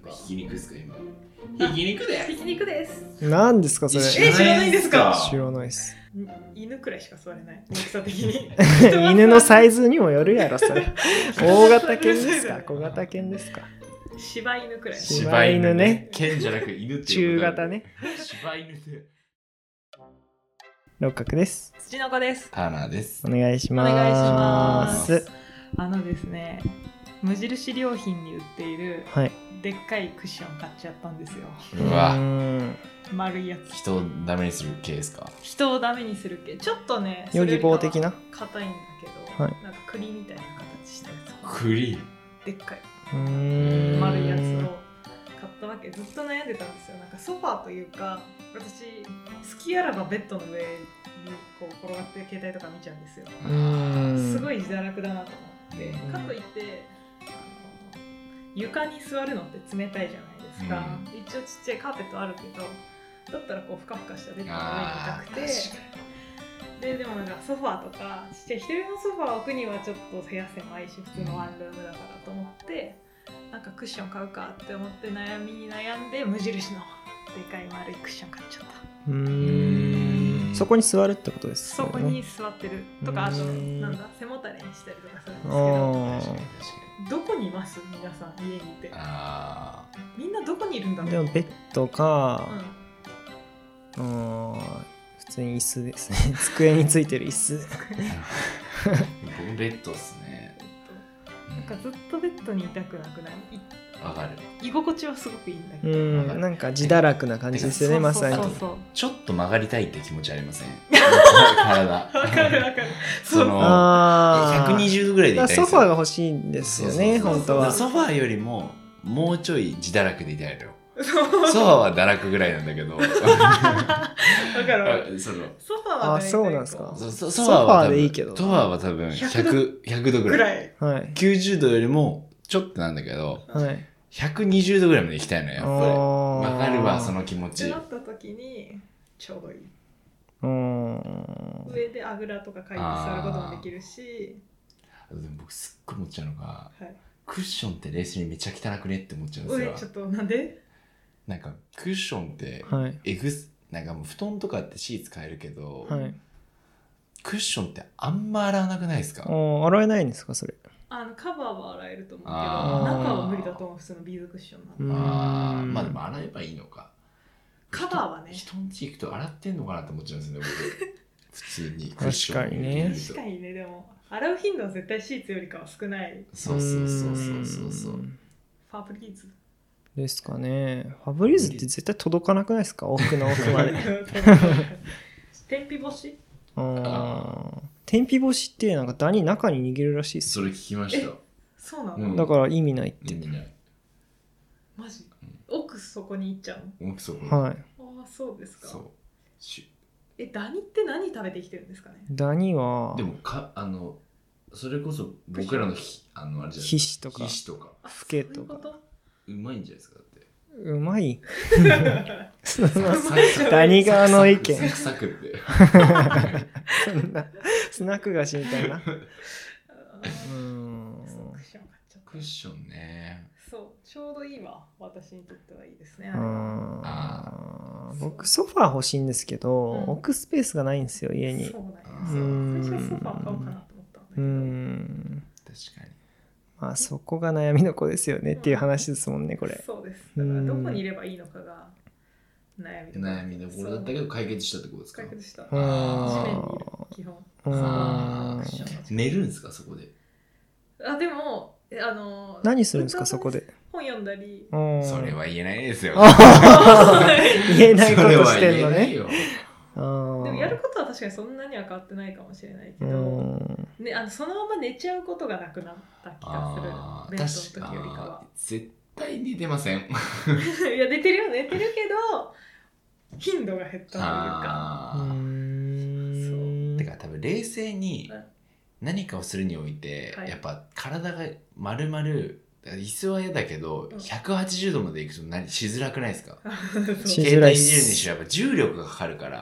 か。 ひき肉ですか今。ひき肉で。 ひき肉です。 何ですかそれ。 知らないんですか。 知らないです。 犬くらいしか座れない。大きさ的に。 犬のサイズにもよるやろそれ。大型犬ですか小型犬ですか。 柴犬くらい。 柴犬ね。 犬じゃなく犬って中型ね。 柴犬で。 六角です。 土の子です。 ターナーです。 お願いします。 お願いします。ですね、無印良品に売っている、はい、でっかいクッション買っちゃったんですよ。 うわ。 丸いやつ。 人をダメにする系ですか。 人をダメにする系。ちょっとね、 ヨギボー的な硬いんだけど、はい、なんか栗みたいな形したやつ。 栗でっかい丸いやつを買ったわけ。ずっと悩んでたんですよ。なんかソファーというか、私好きあらばベッドの上にこう転がって携帯とか見ちゃうんですよ。すごい自堕落だなと思って、かといって床に座るのって冷たいじゃないですか。一応ちっちゃいカーペットあるけど、だったらこうふかふかしたベッドの上にいたくて、でもなんかソファーとかちっちゃい一人のソファーを置くにはちょっと部屋狭いし、普通のワンルームだからと思って、なんかクッション買うかって思って悩んで無印のでかい丸いクッション買っちゃった。 そこに座るってことですね。そこに座ってるとか、あとなんだ背もたれにしたりとかするんですけど、どこにいます皆さん家にいて。みんなどこにいるんだろう。 でもベッドか、普通に椅子ですね。机についてる椅子。 僕ベッドですね。 なんかずっとベッドにいたくなくない？ わかる。 居心地はすごくいいんだけど、 なんか自堕落な感じですよね。まさにちょっと曲がりたいって気持ちありません？体。 わかる。 その120度ぐらいでいたいですよ。 ソファーが欲しいんですよね。本当はソファーよりももうちょい自堕落でいたいのよ。ソファーは堕落ぐらいなんだけど。わかる。ソファーはそうなんですか。 ソファーでいいけど。 ソファーは多分100度ぐらい。90度よりもちょっとなんだけど、120度ぐらいまで行きたいのよ、やっぱり。わかるわ、その気持ち。 ってなった時にちょうどいい。上であぐらとかかいて座ることもできるし。 でも僕すっごい思っちゃうのが、クッションって冷静にめちゃ汚くねって思っちゃうんですよ。 ちょっとなんで？ なんかクッションってなんかもう布団とかってシーツ変えるけど、クッションってあんま洗わなくないですか？ 洗えないんですかそれ？ カバーは洗えると思うけど、中は無理だと思う。普通のビーズクッションなんで。 まあでも洗えばいいのか。 カバーはね。 人んち行くと洗ってんのかなと思っちゃうんですよね、僕。普通にクッション。 確かにね、でも洗う頻度は絶対シーツよりかは少ない。 そう。ファブリーズですかね。ファブリーズって絶対届かなくないですか？奥の奥まで。 天日干し？ 天日干しってなんかダニ中に逃げるらしいっす。 それ聞きました。 そうなの？ だから意味ないって。 意味ない。 マジ？奥底に行っちゃうの？奥底。 はい。 そうですか。 そう。 ダニって何食べてきてるんですかね？ ダニはでもそれこそ僕らのあれじゃ皮脂とかフケとかうまいんじゃないですか？だってうまい。ダニ側の意見。 サクってそんなスナック菓子みたいな。 クッションね。 そうちょうどいいわ。私にとってはいいですね。 僕ソファー欲しいんですけど、置くスペースがないんですよ家に。 そうなんですよ。最初ソファー買おうかなと思ったんだけど。 確かに。 まあそこが悩みの子ですよねっていう話ですもんねこれ。 そうです。だからどこにいればいいのかが悩みどころだったけど解決したってことですか？ 解決した。地面にいる基本。 寝るんですかそこで？ でも何するんですかそこで？ 本読んだり。 それは言えないですよ。 言えないことしてんのね。 でもやることは確かにそんなには変わってないかもしれないけど、そのまま寝ちゃうことがなくなった気がする。ベッドの時よりかは。 絶対寝てません。 いや寝てるけど頻度が減ったというか。 てか多分冷静に何かをするにおいて、やっぱ体が丸々椅子は嫌だけど、180度まで行くとしづらくないですか？携帯いじるにしろやっぱ重力がかかるから、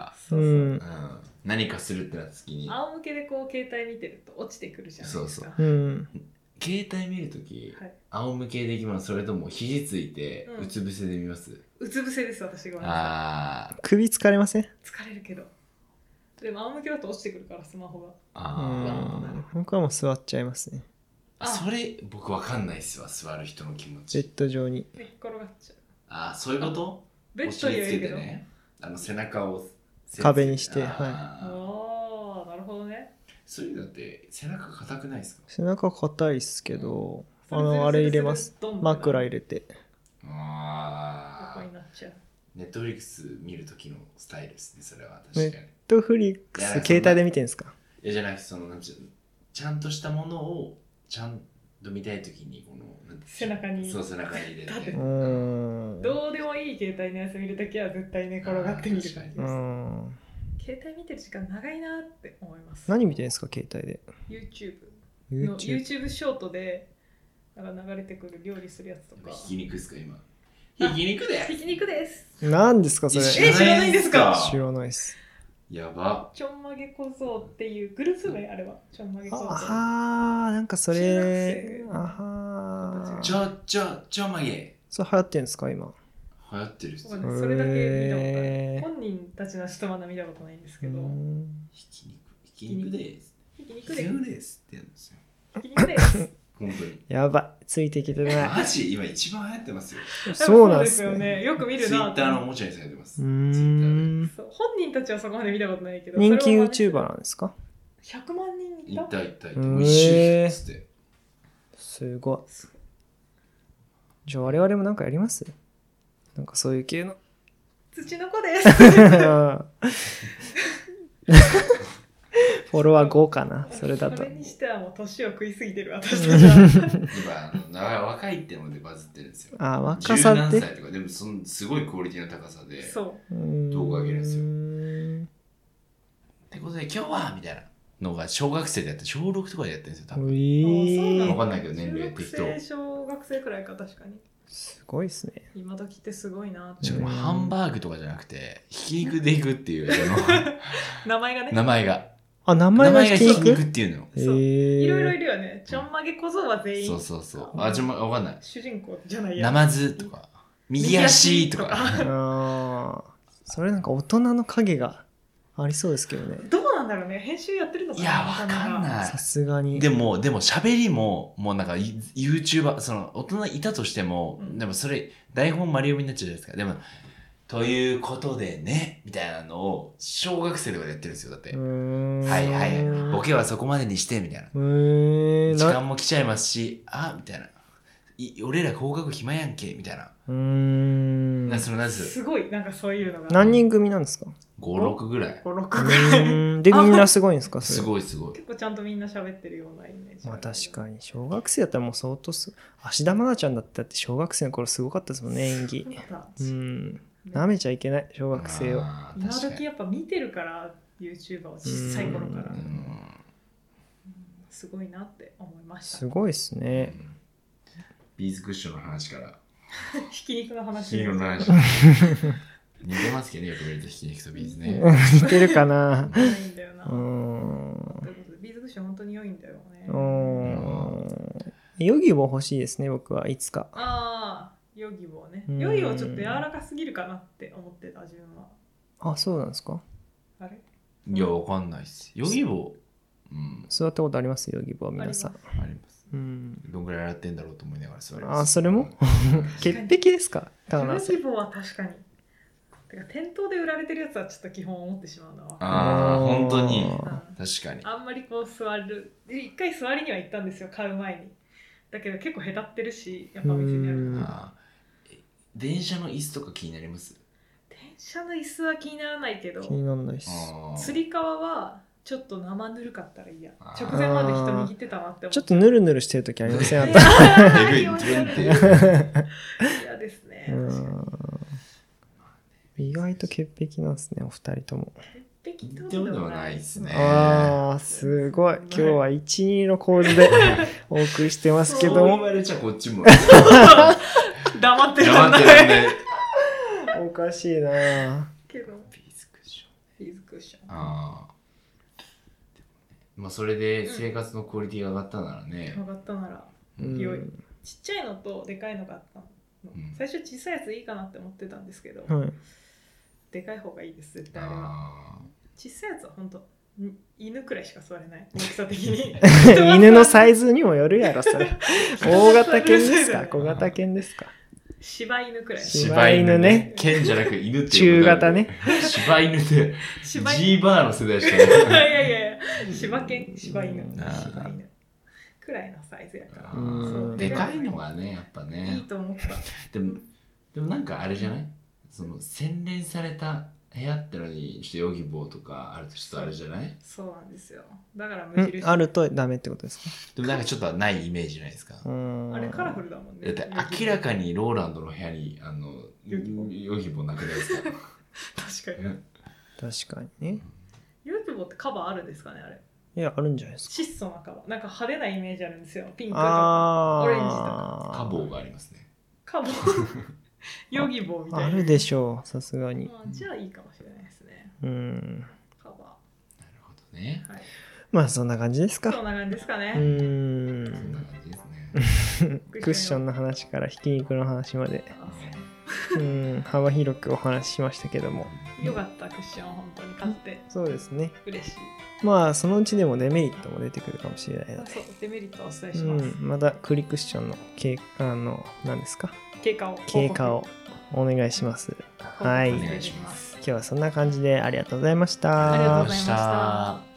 何かするってなった時に仰向けでこう携帯見てると落ちてくるじゃないですか。 携携帯見るとき、 はい、 仰向けできます？それとも肘ついてうつ伏せで見ます？ うつ伏せです私が。 あ、首疲れません？ 疲れるけど、でも仰向けだと落ちてくるからスマホが。 僕はもう座っちゃいますね。 それ僕わかんないっすわ、座る人の気持ち。 ベッド上に寝っ転がっちゃう。 ああ、そういうこと？ ベッドにはいるけど、 ね、背中を壁にして、はい。 ああ、なるほどね。 それだって背中硬くないですか？ 背中硬いっすけど、あれ入れます。枕入れて。 ああ。 横になっちゃう。 ネットフリックス見るときのスタイルですね、それは確かに。 ネットフリックス携帯で見てんすか？ いやじゃなくて、ちゃんとしたものをちゃんと見たいときに背中に。 そう、背中に入れて。 どうでもいい携帯のやつ見るときは絶対寝転がって見る感じです。携帯見てる時間長いなって思います。 何見てるんですか携帯で？ YouTube の YouTube ショートでなんか流れてくる料理するやつとか。 ひき肉ですか今？ひき肉です。 ひき肉です。 何ですかそれ？ 知らないんですか？ 知らないです。 やば。 ちょんまげ小僧っていうグループ名あればちょんまげ小僧。 ああ、なんかそれ。 ちょんまげ。 そう流行ってんですか今？ 流行ってるっす。 それだけ見たことある。本人たちの人まだ見たことないんですけど。 ひき肉です。 ひき肉ですって言うんですよ。 ひき肉です。 本当に。 やばい、ついてきてない。 マジ今一番流行ってますよ。 そうなんですよね。よく見るな。 Twitter のおもちゃにされてます。 本人たちはそこまで見たことないけど。 人気 YouTuber なんですか ？100万人いた。 いた。美味しいっつって。 すごい。じゃあ我々もなんかやります？なんかそういう系の。 土の子です。フォロワー5かな、それだと。それにしてはもう年を食いすぎてる私たちは。 今若いってのでバズってるんですよ。 若さって。 17歳とかでもすごいクオリティの高さで動画上げるんですよ。ってことで今日はみたいなのが小学生でやって小6とかでやってるんですよ多分。分かんないけど年齢適当。 小学生くらいか確かに。 すごいですね。 今時ってすごいなって。 しかもハンバーグとかじゃなくてひき肉でいくっていう名前がね。 名前がひき肉っていうの。 そう。いろいろいるよね。ちょんまげ小僧は全員。 そう。わかんない。 主人公じゃないや。 ナマズとか右足とか。 それなんか大人の影がありそうですけどね。 どうなんだろうね。編集やってるのかな。 いやわかんない。 さすがに。 でも喋りももうなんか YouTuber その大人いたとしても、でもそれ台本丸読みになっちゃうじゃないですか。でもということでねみたいなのを小学生とかでやってるんですよだって。はいボケはそこまでにしてみたいな。時間も来ちゃいますしみたいな。俺ら合格暇やんけみたいな。 すごいなんかそういうのが。 何人組なんですか ？5、6ぐらい。 でみんなすごいんですか？ すごい。 結構ちゃんとみんな喋ってるようなイメージ。 確かに小学生だったらもう相当芦田愛菜ちゃんだって小学生の頃すごかったですもんね演技。舐めちゃいけない小学生を。 今時やっぱ見てるから YouTuber を小さい頃からすごいなって思いました。 すごいですね。 ビーズクッションの話からひき肉の話。 似てますけどね、よく見るとひき肉とビーズね。 似てるかな。 いいんだよな。ということでビーズクッション本当に良いんだよね。 ヨギボー欲しいですね僕はいつか。 ヨギボーね。ヨギボーちょっと柔らかすぎるかなって思ってた自分は。 そうなんですか？ あれ？ いやわかんないっす。ヨギボー。 座ったことありますヨギボー皆さん。 あります。どんぐらい洗ってんだろうと思いながら座ります。それも潔癖ですか？ ヨギボーは確かに。店頭で売られてるやつはちょっと基本思ってしまうな。 本当に確かに。 あんまりこう座る一回座りには行ったんですよ買う前に。だけど結構へたってるしやっぱ店にある。 電車の椅子とか気になります？ 電車の椅子は気にならないけど。 気にならないし。 つり革はちょっとぬるかったらいいや。直前まで人握ってたなって思って。 ちょっとヌルヌルしてる時ありません？ 嫌ですね。 意外と潔癖なんですねお二人とも。 潔癖でもないですね。 すごい今日は1-2の構図でお送りしてますけども。 言われちゃこっちも黙ってるね。 おかしいな。 けどビーズクッション。 まあそれで生活のクオリティが上がったならね。 上がったなら。 良い。ちっちゃいのとでかいのがあったの。最初小さいやついいかなって思ってたんですけど、でかい方がいいです絶対あれは。小さいやつは本当犬くらいしか座れない、大きさ的に。 犬のサイズにもよるやろそれ。大型犬ですか小型犬ですか。 柴犬くらい。 柴犬ね。 犬じゃなく犬って中型ね。 柴犬ってジーバーの世代しかない。 いや柴犬くらいのサイズやから。 でかいのがねやっぱねいいと思った。 でもなんかあれじゃない、その洗練された部屋ってのにちょっとヨギボーとかあるとちょっとあれじゃない？ そうなんですよ。だから無印あるとダメってことですか？ でもなんかちょっとないイメージじゃないですか。 あれカラフルだもんね。 だって明らかにローランドの部屋にヨギボーなくないですか？ 確かに。 確かにね。 ヨギボーってカバーあるんですかねあれ？ いやあるんじゃないですか。 質素なカバー。なんか派手なイメージあるんですよ。ピンクとかオレンジとか。 カボーがありますね。 カボーヨギボーみたいな。 あるでしょうさすがに。 じゃあいいかもしれないですね。カバー。 なるほどね。 はい。 まあそんな感じですか。 そんな感じですかね。 そんな感じですね。 クッションの話からひき肉の話まで幅広くお話ししましたけども。 よかったクッション本当に買って。 そうですね。 嬉しい。 まあそのうちでもデメリットも出てくるかもしれないので。 そうデメリットをお伝えします。 またクリクッションの何ですか？経過をお願いします。はい。 お願いします。 今日はそんな感じでありがとうございました。 ありがとうございました。